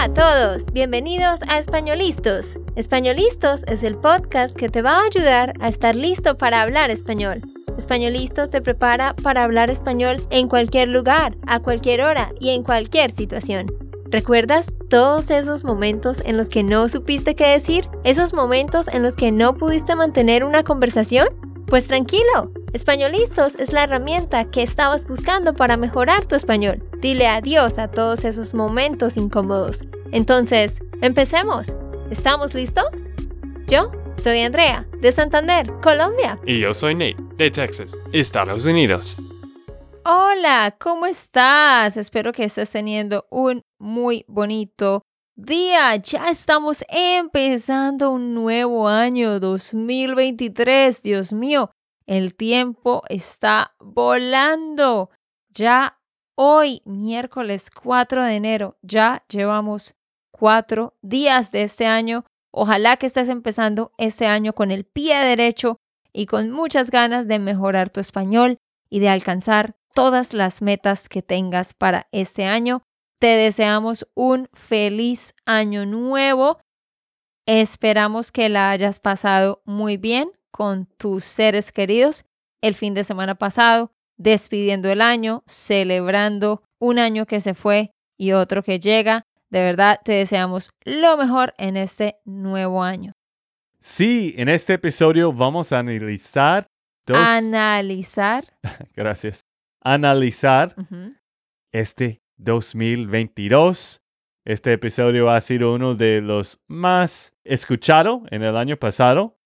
a todos, bienvenidos a Españolistos. Españolistos es el podcast que te va a ayudar a estar listo para hablar español. Españolistos te prepara para hablar español en cualquier lugar, a cualquier hora y en cualquier situación. ¿Recuerdas todos esos momentos en los que no supiste qué decir? ¿Esos momentos en los que no pudiste mantener una conversación? Pues tranquilo, Españolistos es la herramienta que estabas buscando para mejorar tu español. Dile adiós a todos esos momentos incómodos. Entonces, empecemos. ¿Estamos listos? Yo soy Andrea, de Santander, Colombia. Y yo soy Nate, de Texas, Estados Unidos. Hola, ¿cómo estás? Espero que estés teniendo un muy bonito día. Ya estamos empezando un nuevo año 2023. Dios mío, el tiempo está volando. Ya hoy, miércoles 4 de enero, ya llevamos 4 días de este año. Ojalá que estés empezando este año con el pie derecho y con muchas ganas de mejorar tu español y de alcanzar todas las metas que tengas para este año. Te deseamos un feliz año nuevo. Esperamos que la hayas pasado muy bien con tus seres queridos el fin de semana pasado, despidiendo el año, celebrando un año que se fue y otro que llega. De verdad, te deseamos lo mejor en este nuevo año. Sí, en este episodio vamos a analizar Gracias. Analizar este 2022. Este episodio ha sido uno de los más escuchados en el año pasado.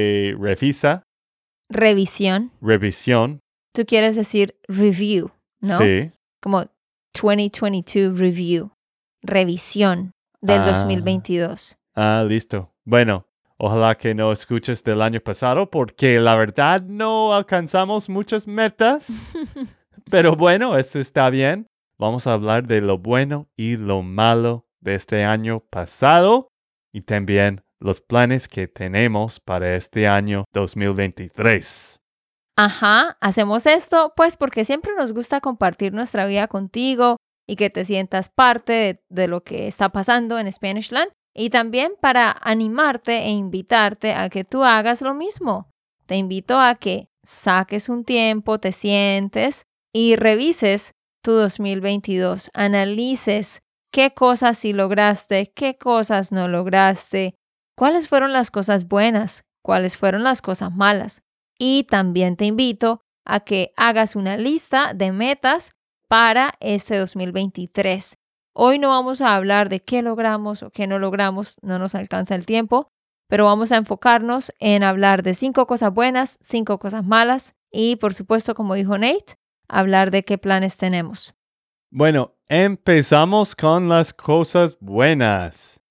Revisión. Tú quieres decir review, ¿no? Sí. Como 2022 review. Revisión del 2022. Listo. Bueno, ojalá que no escuches del año pasado porque la verdad no alcanzamos muchas metas. Pero bueno, eso está bien. Vamos a hablar de lo bueno y lo malo de este año pasado y también los planes que tenemos para este año 2023. Ajá, hacemos esto pues porque siempre nos gusta compartir nuestra vida contigo y que te sientas parte de lo que está pasando en Spanishland y también para animarte e invitarte a que tú hagas lo mismo. Te invito a que saques un tiempo, te sientes y revises tu 2022, analices qué cosas sí lograste, qué cosas no lograste, cuáles fueron las cosas buenas, cuáles fueron las cosas malas. Y también te invito a que hagas una lista de metas para este 2023. Hoy no vamos a hablar de qué logramos o qué no logramos, no nos alcanza el tiempo, pero vamos a enfocarnos en hablar de 5 cosas buenas, 5 cosas malas y, por supuesto, como dijo Nate, hablar de qué planes tenemos. Bueno, empezamos con las cosas buenas.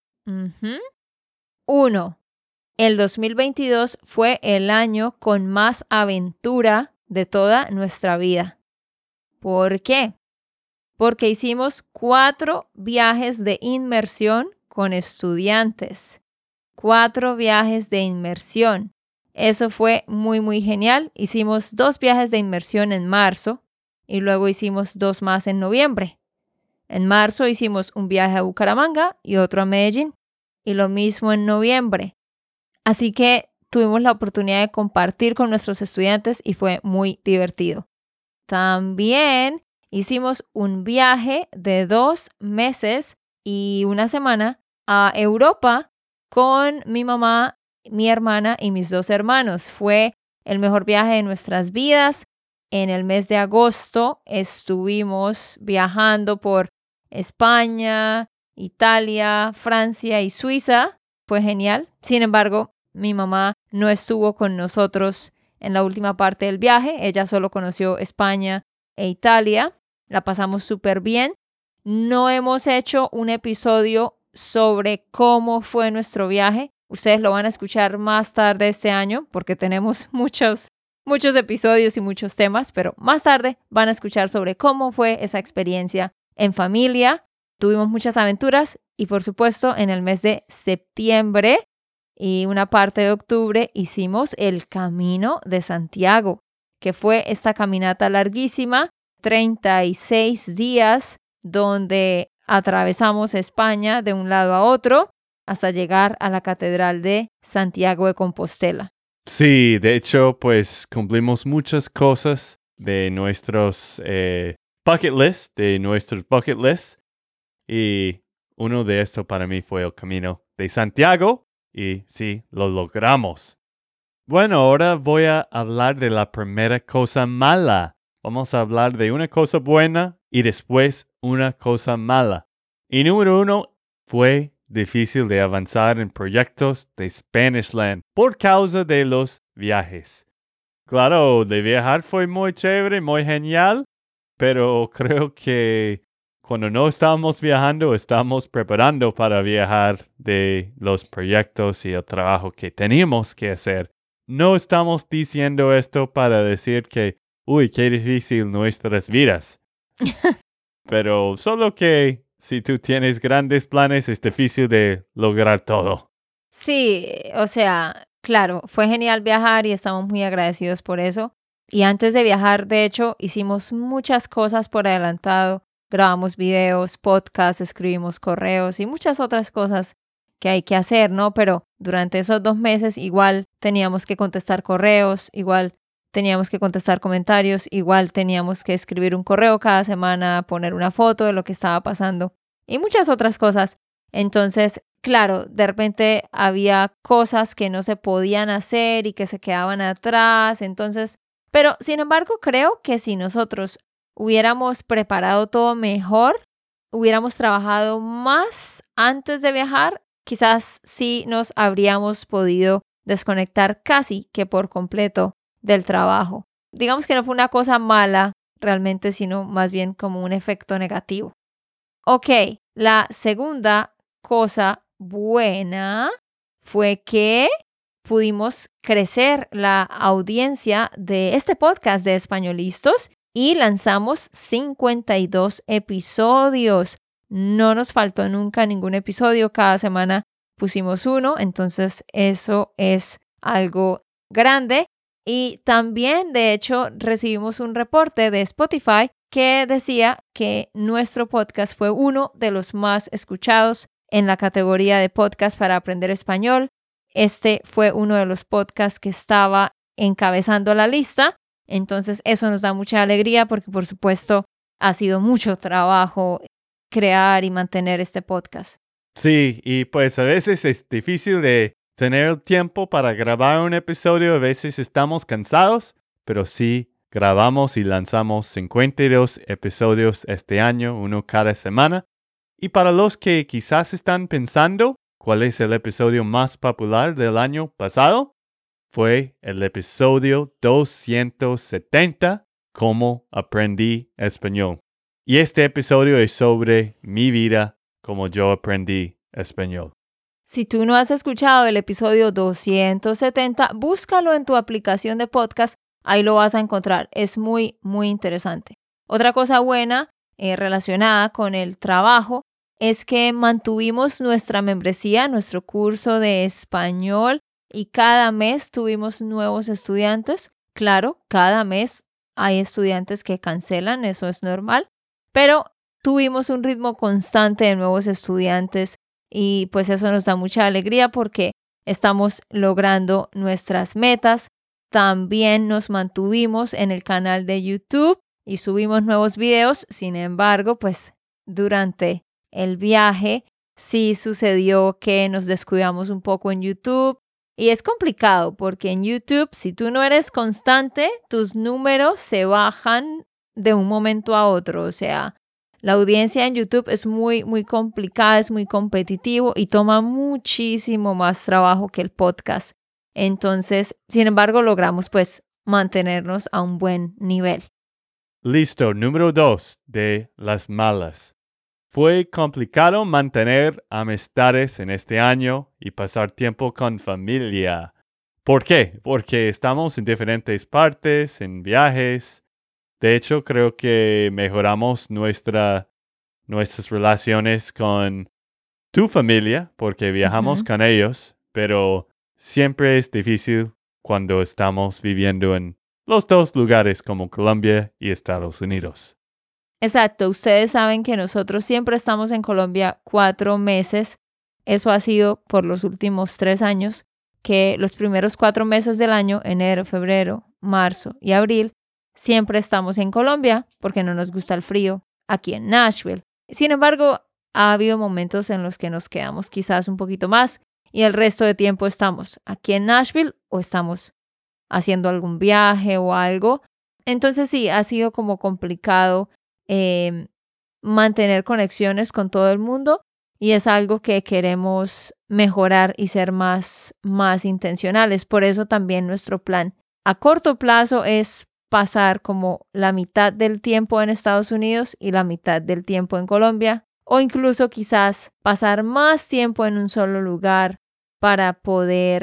1. El 2022 fue el año con más aventura de toda nuestra vida. ¿Por qué? Porque hicimos 4 viajes de inmersión con estudiantes. 4 viajes de inmersión. Eso fue muy, muy genial. Hicimos 2 viajes de inmersión en marzo y luego hicimos 2 más en noviembre. En marzo hicimos un viaje a Bucaramanga y otro a Medellín y lo mismo en noviembre. Así que tuvimos la oportunidad de compartir con nuestros estudiantes y fue muy divertido. También hicimos un viaje de 2 meses y una semana a Europa con mi mamá, mi hermana y mis 2 hermanos. Fue el mejor viaje de nuestras vidas. En el mes de agosto estuvimos viajando por España, Italia, Francia y Suiza. Fue genial. Sin embargo, mi mamá no estuvo con nosotros en la última parte del viaje. Ella solo conoció España e Italia. La pasamos súper bien. No hemos hecho un episodio sobre cómo fue nuestro viaje. Ustedes lo van a escuchar más tarde este año porque tenemos muchos episodios y muchos temas, pero más tarde van a escuchar sobre cómo fue esa experiencia en familia. Tuvimos muchas aventuras y por supuesto en el mes de septiembre y una parte de octubre hicimos el Camino de Santiago, que fue esta caminata larguísima, 36 días, donde atravesamos España de un lado a otro hasta llegar a la Catedral de Santiago de Compostela. Sí, de hecho, pues cumplimos muchas cosas de nuestros bucket list, y uno de estos para mí fue el Camino de Santiago, y sí, lo logramos. Bueno, ahora voy a hablar de la primera cosa mala. Vamos a hablar de una cosa buena y después una cosa mala. Y número 1, fue difícil de avanzar en proyectos de Spanishland por causa de los viajes. Claro, de viajar fue muy chévere, muy genial, pero creo que cuando no estábamos viajando, estábamos preparando para viajar de los proyectos y el trabajo que teníamos que hacer. No estamos diciendo esto para decir que, uy, qué difícil nuestras vidas. Pero solo que si tú tienes grandes planes, es difícil de lograr todo. Sí, o sea, claro, fue genial viajar y estamos muy agradecidos por eso. Y antes de viajar, de hecho, hicimos muchas cosas por adelantado. Grabamos videos, podcasts, escribimos correos y muchas otras cosas que hay que hacer, ¿no? Pero durante esos 2 meses igual teníamos que contestar correos, igual teníamos que contestar comentarios, igual teníamos que escribir un correo cada semana, poner una foto de lo que estaba pasando y muchas otras cosas. Entonces, claro, de repente había cosas que no se podían hacer y que se quedaban atrás. Entonces, pero sin embargo, creo que si nosotros hubiéramos preparado todo mejor, hubiéramos trabajado más antes de viajar, quizás sí nos habríamos podido desconectar casi que por completo del trabajo. Digamos que no fue una cosa mala realmente, sino más bien como un efecto negativo. Ok, la segunda cosa buena fue que pudimos crecer la audiencia de este podcast de Españolistos y lanzamos 52 episodios. No nos faltó nunca ningún episodio, cada semana pusimos uno, entonces eso es algo grande. Y también, de hecho, recibimos un reporte de Spotify que decía que nuestro podcast fue uno de los más escuchados en la categoría de podcast para aprender español. Este fue uno de los podcasts que estaba encabezando la lista. Entonces eso nos da mucha alegría porque, por supuesto, ha sido mucho trabajo crear y mantener este podcast. Sí, y pues a veces es difícil de tener tiempo para grabar un episodio, a veces estamos cansados, pero sí grabamos y lanzamos 52 episodios este año, uno cada semana. Y para los que quizás están pensando cuál es el episodio más popular del año pasado, fue el episodio 270, Cómo aprendí español. Y este episodio es sobre mi vida, cómo yo aprendí español. Si tú no has escuchado el episodio 270, búscalo en tu aplicación de podcast, ahí lo vas a encontrar. Es muy, muy interesante. Otra cosa buena relacionada con el trabajo es que mantuvimos nuestra membresía, nuestro curso de español, y cada mes tuvimos nuevos estudiantes. Claro, cada mes hay estudiantes que cancelan, eso es normal, pero tuvimos un ritmo constante de nuevos estudiantes y pues eso nos da mucha alegría porque estamos logrando nuestras metas. También nos mantuvimos en el canal de YouTube y subimos nuevos videos. Sin embargo, pues durante el viaje sí sucedió que nos descuidamos un poco en YouTube. Y es complicado porque en YouTube, si tú no eres constante, tus números se bajan de un momento a otro. O sea, la audiencia en YouTube es muy, muy complicada, es muy competitivo y toma muchísimo más trabajo que el podcast. Entonces, sin embargo, logramos pues mantenernos a un buen nivel. Listo, número 2 de las malas. Fue complicado mantener amistades en este año y pasar tiempo con familia. ¿Por qué? Porque estamos en diferentes partes, en viajes. De hecho, creo que mejoramos nuestras relaciones con tu familia porque viajamos con ellos, pero siempre es difícil cuando estamos viviendo en los dos lugares como Colombia y Estados Unidos. Exacto, ustedes saben que nosotros siempre estamos en Colombia 4 meses. Eso ha sido por los últimos 3 años, que los primeros 4 meses del año, enero, febrero, marzo y abril, siempre estamos en Colombia porque no nos gusta el frío aquí en Nashville. Sin embargo, ha habido momentos en los que nos quedamos quizás un poquito más y el resto de tiempo estamos aquí en Nashville o estamos haciendo algún viaje o algo. Entonces sí, ha sido como complicado mantener conexiones con todo el mundo y es algo que queremos mejorar y ser más intencionales. Por eso también nuestro plan a corto plazo es pasar como la mitad del tiempo en Estados Unidos y la mitad del tiempo en Colombia, o incluso quizás pasar más tiempo en un solo lugar para poder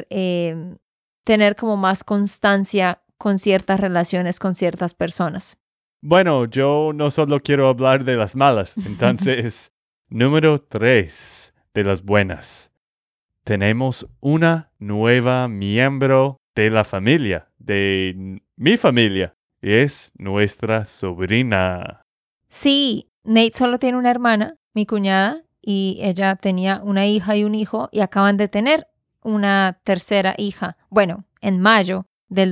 tener como más constancia con ciertas relaciones con ciertas personas. Bueno, yo no solo quiero hablar de las malas. Entonces, número 3 de las buenas. Tenemos una nueva miembro de la familia, de mi familia. Es nuestra sobrina. Sí, Nate solo tiene una hermana, mi cuñada, y ella tenía una hija y un hijo y acaban de tener una tercera hija. Bueno, en mayo del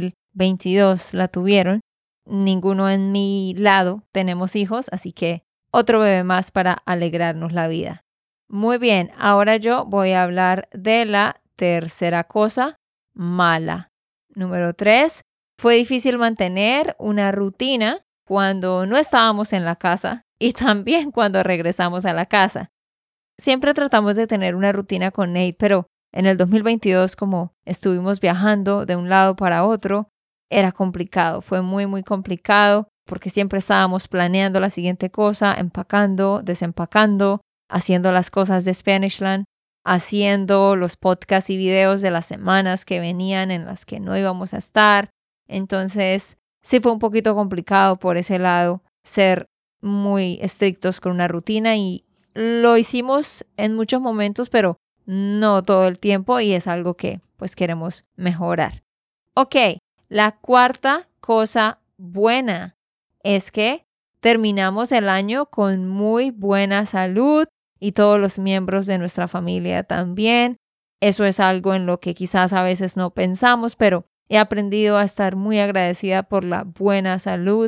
2022 la tuvieron. Ninguno en mi lado tenemos hijos, así que otro bebé más para alegrarnos la vida. Muy bien, ahora yo voy a hablar de la tercera cosa mala. Número 3, fue difícil mantener una rutina cuando no estábamos en la casa y también cuando regresamos a la casa. Siempre tratamos de tener una rutina con Nate, pero en el 2022, como estuvimos viajando de un lado para otro, era complicado, fue muy complicado porque siempre estábamos planeando la siguiente cosa, empacando, desempacando, haciendo las cosas de Spanishland, haciendo los podcasts y videos de las semanas que venían en las que no íbamos a estar. Entonces, sí fue un poquito complicado por ese lado ser muy estrictos con una rutina y lo hicimos en muchos momentos, pero no todo el tiempo y es algo que pues queremos mejorar. Ok. La cuarta cosa buena es que terminamos el año con muy buena salud y todos los miembros de nuestra familia también. Eso es algo en lo que quizás a veces no pensamos, pero he aprendido a estar muy agradecida por la buena salud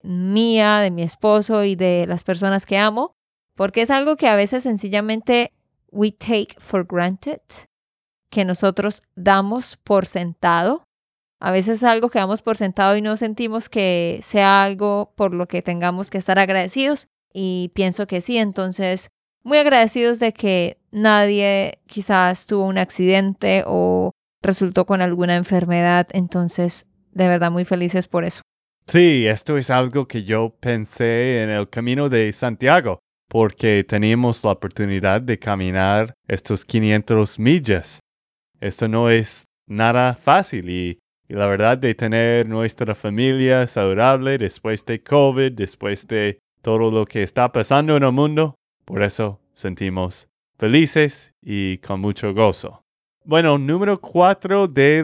mía, de mi esposo y de las personas que amo, porque es algo que a veces sencillamente we take for granted, que nosotros damos por sentado. A veces es algo que damos por sentado y no sentimos que sea algo por lo que tengamos que estar agradecidos. Y pienso que sí, entonces muy agradecidos de que nadie quizás tuvo un accidente o resultó con alguna enfermedad. Entonces, de verdad muy felices por eso. Sí, esto es algo que yo pensé en el camino de Santiago, porque teníamos la oportunidad de caminar estos 500 millas. Esto no es nada fácil y la verdad de tener nuestra familia saludable después de COVID, después de todo lo que está pasando en el mundo, por eso sentimos felices y con mucho gozo. Bueno, número 4 de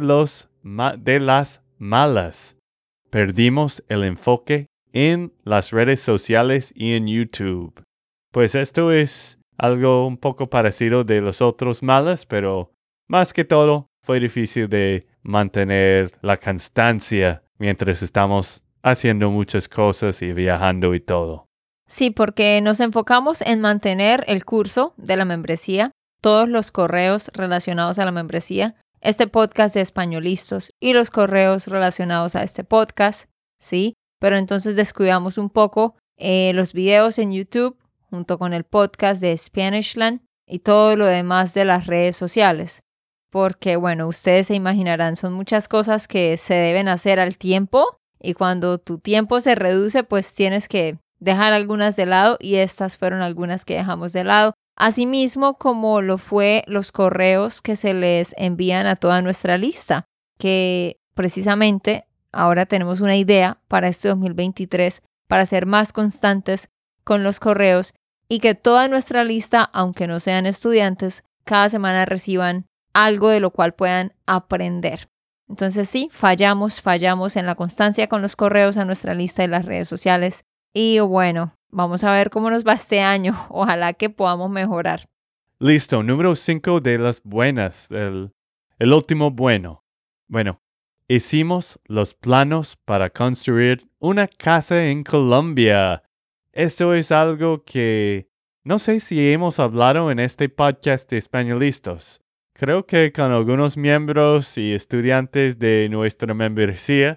las malas. Perdimos el enfoque en las redes sociales y en YouTube. Pues esto es algo un poco parecido de los otros malas, pero más que todo fue difícil de mantener la constancia mientras estamos haciendo muchas cosas y viajando y todo. Sí, porque nos enfocamos en mantener el curso de la membresía, todos los correos relacionados a la membresía, este podcast de Españolistos y los correos relacionados a este podcast, ¿sí? Pero entonces descuidamos un poco los videos en YouTube junto con el podcast de Spanishland y todo lo demás de las redes sociales. Porque, bueno, ustedes se imaginarán, son muchas cosas que se deben hacer al tiempo y cuando tu tiempo se reduce, pues tienes que dejar algunas de lado y estas fueron algunas que dejamos de lado. Asimismo, como lo fue los correos que se les envían a toda nuestra lista, que precisamente ahora tenemos una idea para este 2023 para ser más constantes con los correos y que toda nuestra lista, aunque no sean estudiantes, cada semana reciban algo de lo cual puedan aprender. Entonces sí, fallamos en la constancia con los correos a nuestra lista de las redes sociales Y bueno, vamos a ver cómo nos va este año. Ojalá que podamos mejorar. Listo, número 5 de las buenas, el último bueno. Bueno, hicimos los planos para construir una casa en Colombia. Esto es algo que no sé si hemos hablado en este podcast de Españolistas. Creo que con algunos miembros y estudiantes de nuestra membresía,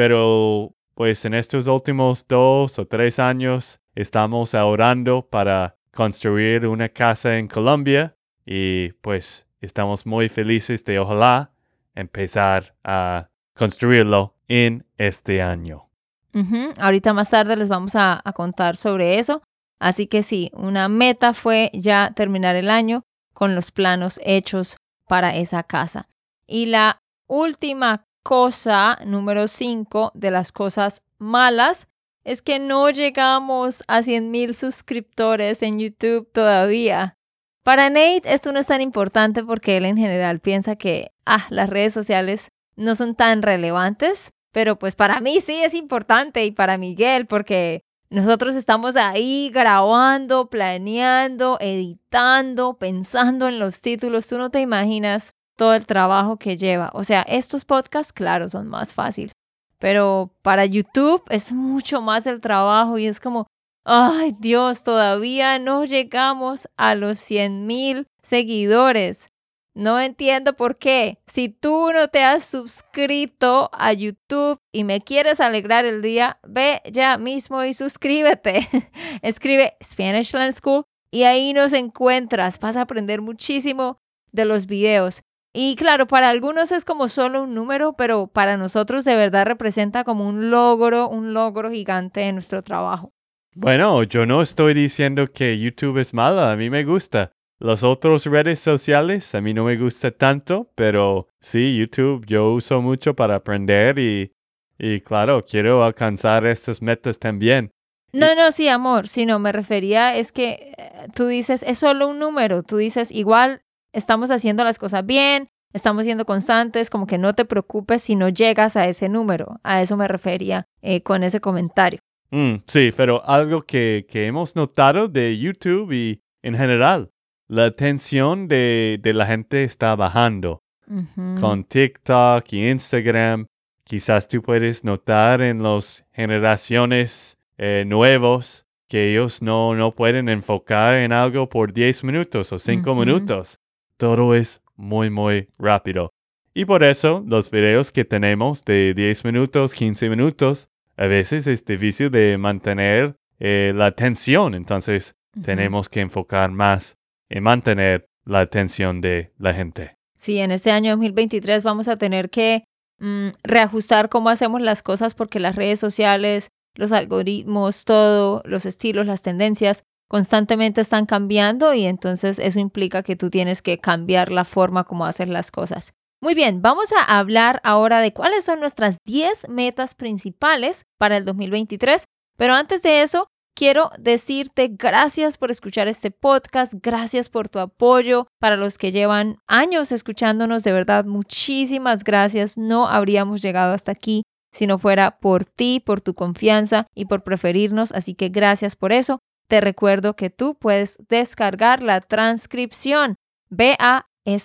pero pues en estos últimos 2 o 3 años estamos ahorrando para construir una casa en Colombia y pues estamos muy felices de ojalá empezar a construirlo en este año. Ahorita más tarde les vamos a contar sobre eso. Así que sí, una meta fue ya terminar el año con los planos hechos para esa casa. Y la última cosa, número 5 de las cosas malas, es que no llegamos a 100,000 suscriptores en YouTube todavía. Para Nate esto no es tan importante porque él en general piensa que las redes sociales no son tan relevantes, pero pues para mí sí es importante y para Miguel porque nosotros estamos ahí grabando, planeando, editando, pensando en los títulos. Tú no te imaginas todo el trabajo que lleva. O sea, estos podcasts, claro, son más fáciles. Pero para YouTube es mucho más el trabajo y es como, ay Dios, todavía no llegamos a los 100,000 seguidores. No entiendo por qué. Si tú no te has suscrito a YouTube y me quieres alegrar el día, ve ya mismo y suscríbete. Escribe Spanish Land School y ahí nos encuentras. Vas a aprender muchísimo de los videos. Y claro, para algunos es como solo un número, pero para nosotros de verdad representa como un logro gigante en nuestro trabajo. Bueno, yo no estoy diciendo que YouTube es mala, a mí me gusta. Las otras redes sociales a mí no me gusta tanto, pero sí, YouTube yo uso mucho para aprender y claro, quiero alcanzar estas metas también. No, sí, amor, sino me refería es que tú dices, es solo un número, tú dices, igual estamos haciendo las cosas bien, estamos siendo constantes, como que no te preocupes si no llegas a ese número, a eso me refería con ese comentario. Sí, pero algo que hemos notado de YouTube y en general, la atención de la gente está bajando. Con TikTok y Instagram, quizás tú puedes notar en las generaciones nuevos que ellos no pueden enfocar en algo por 10 minutos o 5 minutos. Todo es muy, muy rápido. Y por eso los videos que tenemos de 10 minutos, 15 minutos, a veces es difícil de mantener la atención. Entonces tenemos que enfocar más en mantener la atención de la gente. Sí, en este año 2023 vamos a tener que reajustar cómo hacemos las cosas porque las redes sociales, los algoritmos, todo, los estilos, las tendencias constantemente están cambiando y entonces eso implica que tú tienes que cambiar la forma como hacer las cosas. Muy bien, vamos a hablar ahora de cuáles son nuestras 10 metas principales para el 2023, pero antes de eso, quiero decirte gracias por escuchar este podcast, gracias por tu apoyo. Para los que llevan años escuchándonos, de verdad, muchísimas gracias. No habríamos llegado hasta aquí si no fuera por ti, por tu confianza y por preferirnos, así que gracias por eso. Te recuerdo que tú puedes descargar la transcripción. Ve a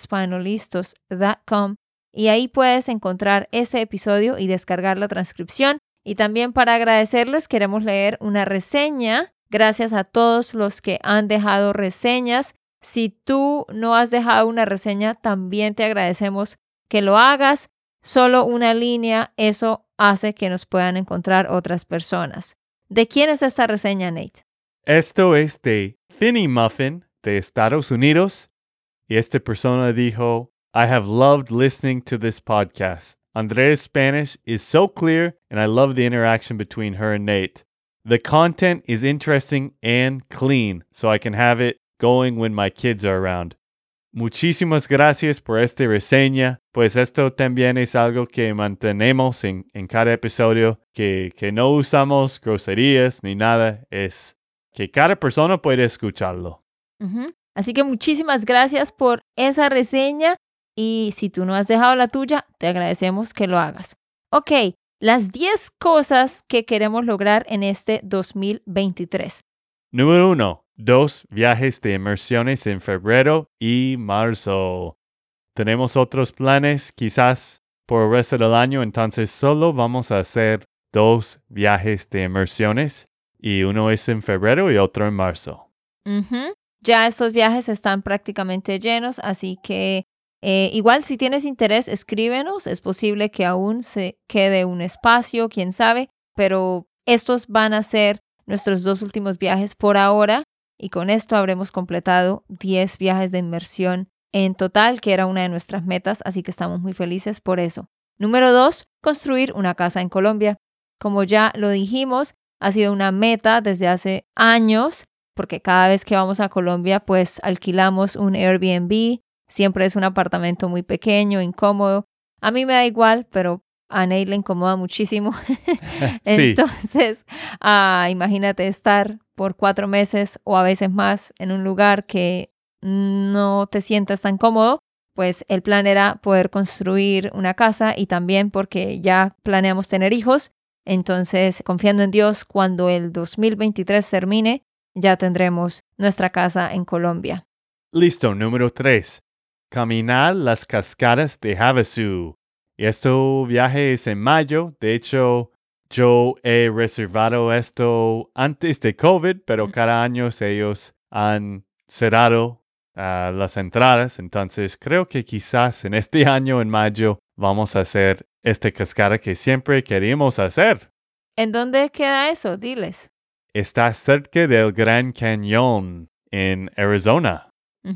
espanolistos.com y ahí puedes encontrar ese episodio y descargar la transcripción. Y también para agradecerles queremos leer una reseña. Gracias a todos los que han dejado reseñas. Si tú no has dejado una reseña, también te agradecemos que lo hagas. Solo una línea, eso hace que nos puedan encontrar otras personas. ¿De quién es esta reseña, Nate? Esto es de Finny Muffin de Estados Unidos. Y esta persona dijo, I have loved listening to this podcast. Andrea's Spanish is so clear, and I love the interaction between her and Nate. The content is interesting and clean, so I can have it going when my kids are around. Muchísimas gracias por esta reseña, pues esto también es algo que mantenemos en cada episodio, que no usamos groserías ni nada, es que cada persona puede escucharlo. Así que muchísimas gracias por esa reseña y si tú no has dejado la tuya, te agradecemos que lo hagas. Ok, las 10 cosas que queremos lograr en este 2023. Número 1. 2 viajes de inmersiones en febrero y marzo. Tenemos otros planes quizás por el resto del año, entonces solo vamos a hacer 2 viajes de inmersiones y uno es en febrero y otro en marzo. Ya estos viajes están prácticamente llenos, así que igual si tienes interés, escríbenos. Es posible que aún se quede un espacio, quién sabe, pero estos van a ser nuestros 2 últimos viajes por ahora y con esto habremos completado 10 viajes de inmersión en total, que era una de nuestras metas, así que estamos muy felices por eso. Número 2, construir una casa en Colombia. Como ya lo dijimos, ha sido una meta desde hace años, porque cada vez que vamos a Colombia, pues alquilamos un Airbnb. Siempre es un apartamento muy pequeño, incómodo. A mí me da igual, pero a Nate le incomoda muchísimo. Sí. Entonces, imagínate estar por 4 meses o a veces más en un lugar que no te sientas tan cómodo. Pues el plan era poder construir una casa y también porque ya planeamos tener hijos. Entonces, confiando en Dios, cuando el 2023 termine, ya tendremos nuestra casa en Colombia. Listo, número 3. Caminar las cascadas de Havasu. Este viaje es en mayo. De hecho, yo he reservado esto antes de COVID, pero cada año ellos han cerrado las entradas. Entonces, creo que quizás en este año, en mayo, vamos a hacer esta cascada que siempre queríamos hacer. ¿En dónde queda eso? Diles. Está cerca del Grand Cañón en Arizona.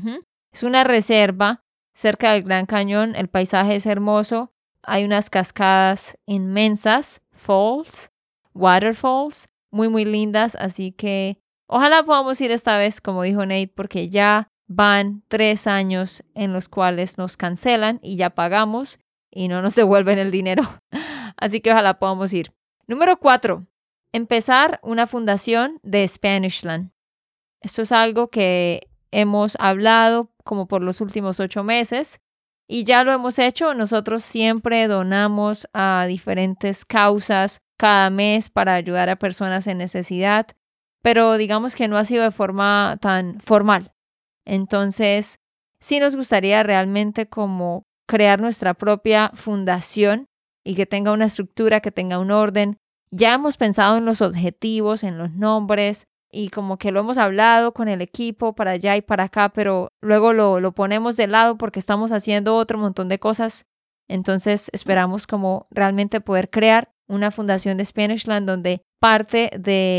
Es una reserva cerca del Gran Cañón. El paisaje es hermoso. Hay unas cascadas inmensas, falls, waterfalls, muy, muy lindas. Así que ojalá podamos ir esta vez, como dijo Nate, porque ya van 3 años en los cuales nos cancelan y ya pagamos y no nos devuelven el dinero. Así que ojalá podamos ir. Número 4. Empezar una fundación de Spanishland. Esto es algo que hemos hablado como por los últimos 8 meses y ya lo hemos hecho. Nosotros siempre donamos a diferentes causas cada mes para ayudar a personas en necesidad, pero digamos que no ha sido de forma tan formal. Entonces, sí nos gustaría realmente como crear nuestra propia fundación y que tenga una estructura, que tenga un orden. Ya hemos pensado en los objetivos, en los nombres y como que lo hemos hablado con el equipo para allá y para acá, pero luego lo ponemos de lado porque estamos haciendo otro montón de cosas. Entonces esperamos como realmente poder crear una fundación de Spanishland donde parte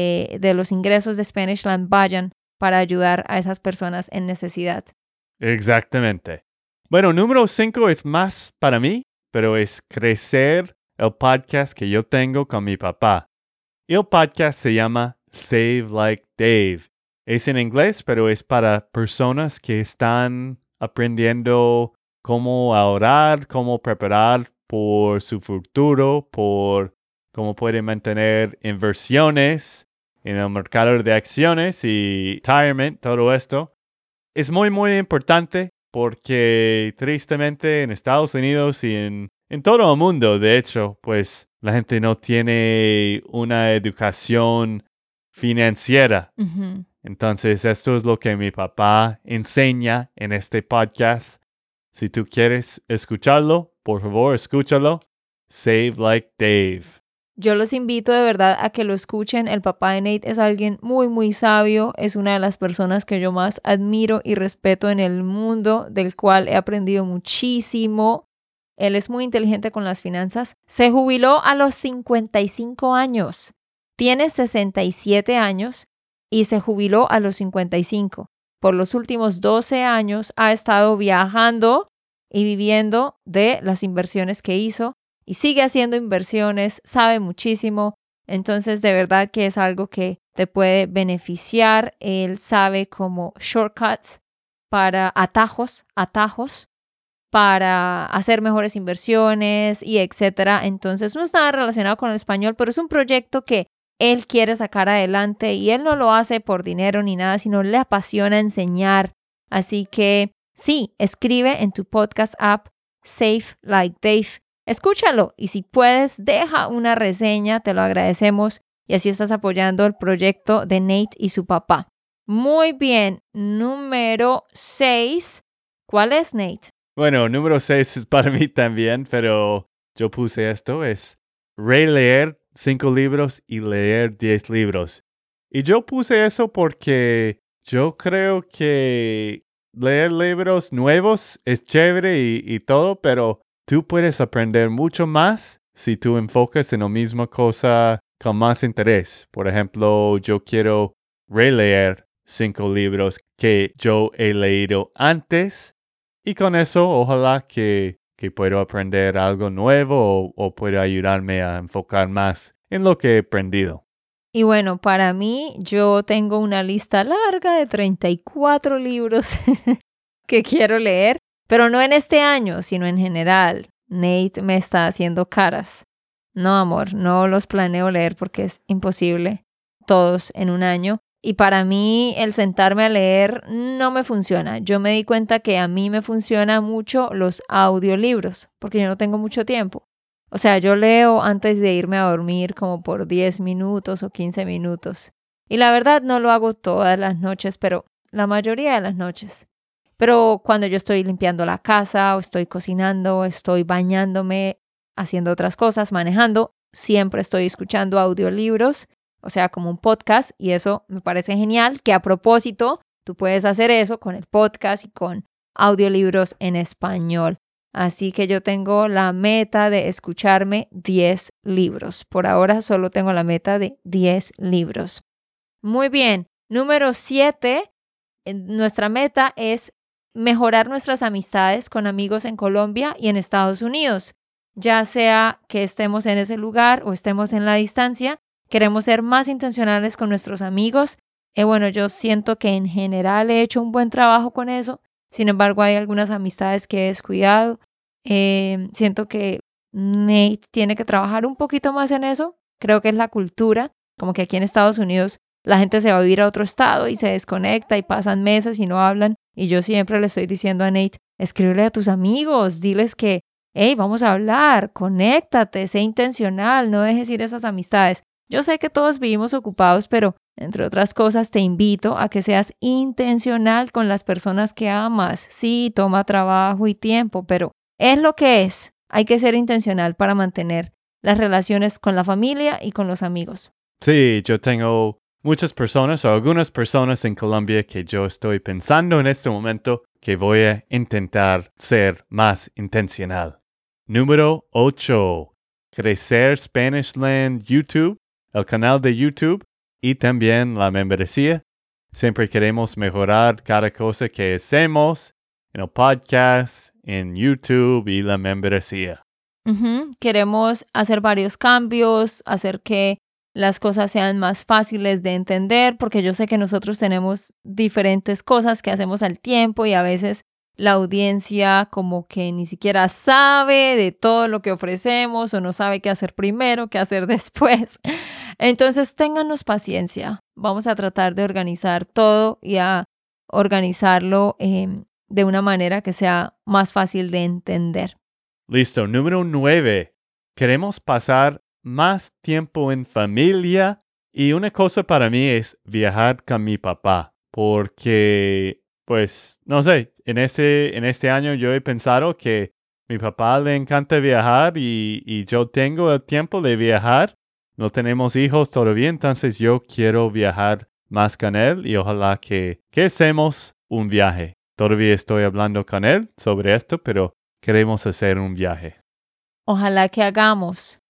de los ingresos de Spanishland vayan para ayudar a esas personas en necesidad. Exactamente. Bueno, número 5 es más para mí, pero es crecer el podcast que yo tengo con mi papá. El podcast se llama Save Like Dave. Es en inglés, pero es para personas que están aprendiendo cómo ahorrar, cómo preparar por su futuro, por cómo pueden mantener inversiones en el mercado de acciones y retirement, todo esto. Es muy, muy importante porque tristemente en Estados Unidos y en todo el mundo, de hecho, pues la gente no tiene una educación financiera. Entonces, esto es lo que mi papá enseña en este podcast. Si tú quieres escucharlo, por favor, escúchalo. Save Like Dave. Yo los invito de verdad a que lo escuchen. El papá de Nate es alguien muy, muy sabio. Es una de las personas que yo más admiro y respeto en el mundo, del cual he aprendido muchísimo. Él es muy inteligente con las finanzas. Se jubiló a los 55 años. Tiene 67 años y se jubiló a los 55. Por los últimos 12 años ha estado viajando y viviendo de las inversiones que hizo. Y sigue haciendo inversiones, sabe muchísimo. Entonces, de verdad que es algo que te puede beneficiar. Él sabe como shortcuts para atajos para hacer mejores inversiones y etcétera. Entonces, no está relacionado con el español, pero es un proyecto que él quiere sacar adelante y él no lo hace por dinero ni nada, sino le apasiona enseñar. Así que sí, escribe en tu podcast app Save Like Dave. escúchalo. Y si puedes, deja una reseña, te lo agradecemos. Y así estás apoyando el proyecto de Nate y su papá. Muy bien, número 6. ¿Cuál es, Nate? Bueno, número 6 es para mí también, pero yo puse esto, es releer 5 libros y leer 10 libros. Y yo puse eso porque yo creo que leer libros nuevos es chévere y todo, pero tú puedes aprender mucho más si tú enfocas en la misma cosa con más interés. Por ejemplo, yo quiero releer 5 libros que yo he leído antes y con eso ojalá que pueda aprender algo nuevo o pueda ayudarme a enfocar más en lo que he aprendido. Y bueno, para mí, yo tengo una lista larga de 34 libros que quiero leer, pero no en este año, sino en general. Nate me está haciendo caras. No, amor, no los planeo leer porque es imposible todos en un año. Y para mí el sentarme a leer no me funciona. Yo me di cuenta que a mí me funcionan mucho los audiolibros porque yo no tengo mucho tiempo. O sea, yo leo antes de irme a dormir como por 10 minutos o 15 minutos. Y la verdad no lo hago todas las noches, pero la mayoría de las noches. Pero cuando yo estoy limpiando la casa o estoy cocinando, estoy bañándome, haciendo otras cosas, manejando, siempre estoy escuchando audiolibros, o sea, como un podcast, y eso me parece genial, que a propósito, tú puedes hacer eso con el podcast y con audiolibros en español. Así que yo tengo la meta de escucharme 10 libros. Por ahora solo tengo la meta de 10 libros. Muy bien. Número 7. Nuestra meta es mejorar nuestras amistades con amigos en Colombia y en Estados Unidos. Ya sea que estemos en ese lugar o estemos en la distancia, queremos ser más intencionales con nuestros amigos. Bueno, yo siento que en general he hecho un buen trabajo con eso. Sin embargo, hay algunas amistades que he descuidado. Siento que Nate tiene que trabajar un poquito más en eso. Creo que es la cultura. Como que aquí en Estados Unidos la gente se va a vivir a otro estado y se desconecta y pasan meses y no hablan. Y yo siempre le estoy diciendo a Nate, escríbele a tus amigos, diles que, hey, vamos a hablar, conéctate, sé intencional, no dejes ir esas amistades. Yo sé que todos vivimos ocupados, pero entre otras cosas te invito a que seas intencional con las personas que amas. Sí, toma trabajo y tiempo, pero es lo que es. Hay que ser intencional para mantener las relaciones con la familia y con los amigos. Sí, yo tengo muchas personas o algunas personas en Colombia que yo estoy pensando en este momento que voy a intentar ser más intencional. Número 8. Crecer Spanishland YouTube, el canal de YouTube y también la membresía. Siempre queremos mejorar cada cosa que hacemos en el podcast, en YouTube y la membresía. Queremos hacer varios cambios, hacer que las cosas sean más fáciles de entender, porque yo sé que nosotros tenemos diferentes cosas que hacemos al tiempo y a veces la audiencia como que ni siquiera sabe de todo lo que ofrecemos o no sabe qué hacer primero, qué hacer después. Entonces, ténganos paciencia. Vamos a tratar de organizar todo y a organizarlo de una manera que sea más fácil de entender. Listo. Número 9. Queremos pasar más tiempo en familia y una cosa para mí es viajar con mi papá porque, pues, no sé, en este año yo he pensado que mi papá le encanta viajar y yo tengo el tiempo de viajar. No tenemos hijos todavía, entonces yo quiero viajar más con él y ojalá que hacemos un viaje. Todavía estoy hablando con él sobre esto, pero queremos hacer un viaje. Ojalá que hagamos.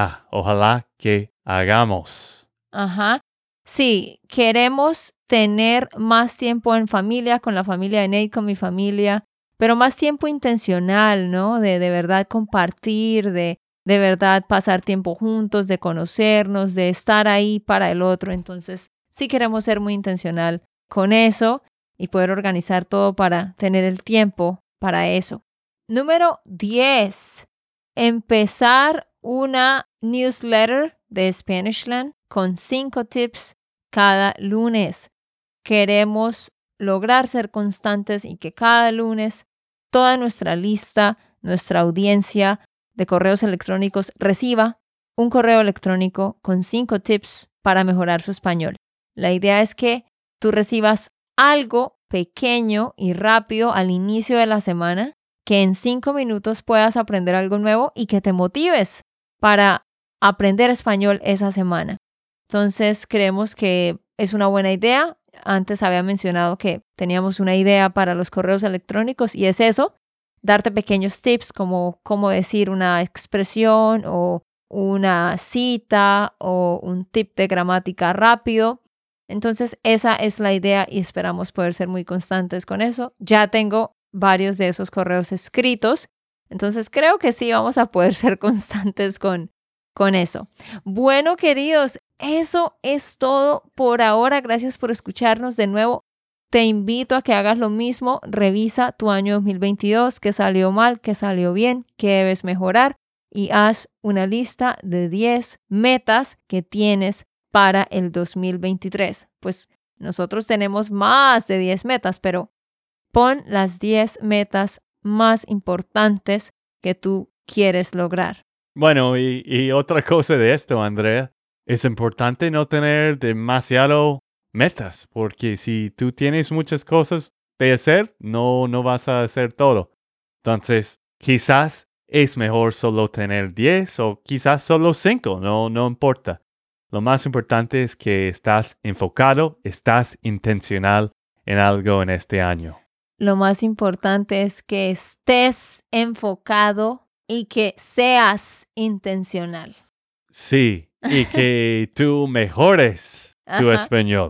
Ojalá que hagamos. Ajá. Sí, queremos tener más tiempo en familia, con la familia de Nate, con mi familia, pero más tiempo intencional, ¿no? De verdad compartir, de verdad pasar tiempo juntos, de conocernos, de estar ahí para el otro. Entonces, sí queremos ser muy intencional con eso y poder organizar todo para tener el tiempo para eso. Número 10. Empezar una newsletter de Spanishland con 5 tips cada lunes. Queremos lograr ser constantes y que cada lunes toda nuestra lista, nuestra audiencia, de correos electrónicos reciba un correo electrónico con 5 tips para mejorar su español. La idea es que tú recibas algo pequeño y rápido al inicio de la semana, que en 5 minutos puedas aprender algo nuevo y que te motives para aprender español esa semana. Entonces, creemos que es una buena idea. Antes había mencionado que teníamos una idea para los correos electrónicos y es eso, darte pequeños tips como cómo decir una expresión o una cita o un tip de gramática rápido. Entonces, esa es la idea y esperamos poder ser muy constantes con eso. Ya tengo varios de esos correos escritos, entonces creo que sí vamos a poder ser constantes con eso. Bueno, queridos, eso es todo por ahora. Gracias por escucharnos de nuevo. Te invito a que hagas lo mismo. Revisa tu año 2022, qué salió mal, qué salió bien, qué debes mejorar y haz una lista de 10 metas que tienes para el 2023. Pues nosotros tenemos más de 10 metas, pero pon las 10 metas más importantes que tú quieres lograr. Bueno, y otra cosa de esto, Andrea, es importante no tener demasiado metas, porque si tú tienes muchas cosas de hacer, no vas a hacer todo. Entonces, quizás es mejor solo tener 10 o quizás solo 5, no importa. Lo más importante es que estás enfocado, estás intencional en algo en este año. Lo más importante es que estés enfocado y que seas intencional. Sí, y que tú mejores tu español.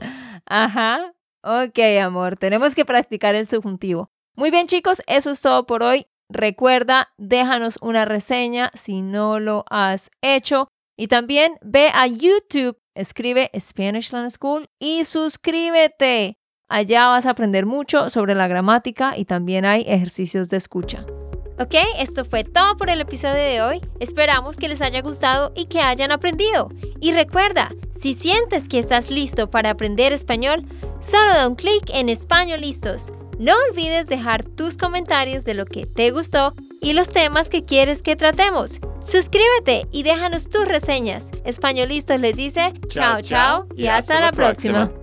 Ajá. Ok, amor, tenemos que practicar el subjuntivo. Muy bien, chicos, eso es todo por hoy. Recuerda, déjanos una reseña si no lo has hecho. Y también ve a YouTube, escribe Spanish Land School y suscríbete. Allá vas a aprender mucho sobre la gramática y también hay ejercicios de escucha. Ok, esto fue todo por el episodio de hoy. Esperamos que les haya gustado y que hayan aprendido. Y recuerda, si sientes que estás listo para aprender español, solo da un clic en Español Listos. No olvides dejar tus comentarios de lo que te gustó y los temas que quieres que tratemos. Suscríbete y déjanos tus reseñas. Español Listos les dice chao y hasta la próxima.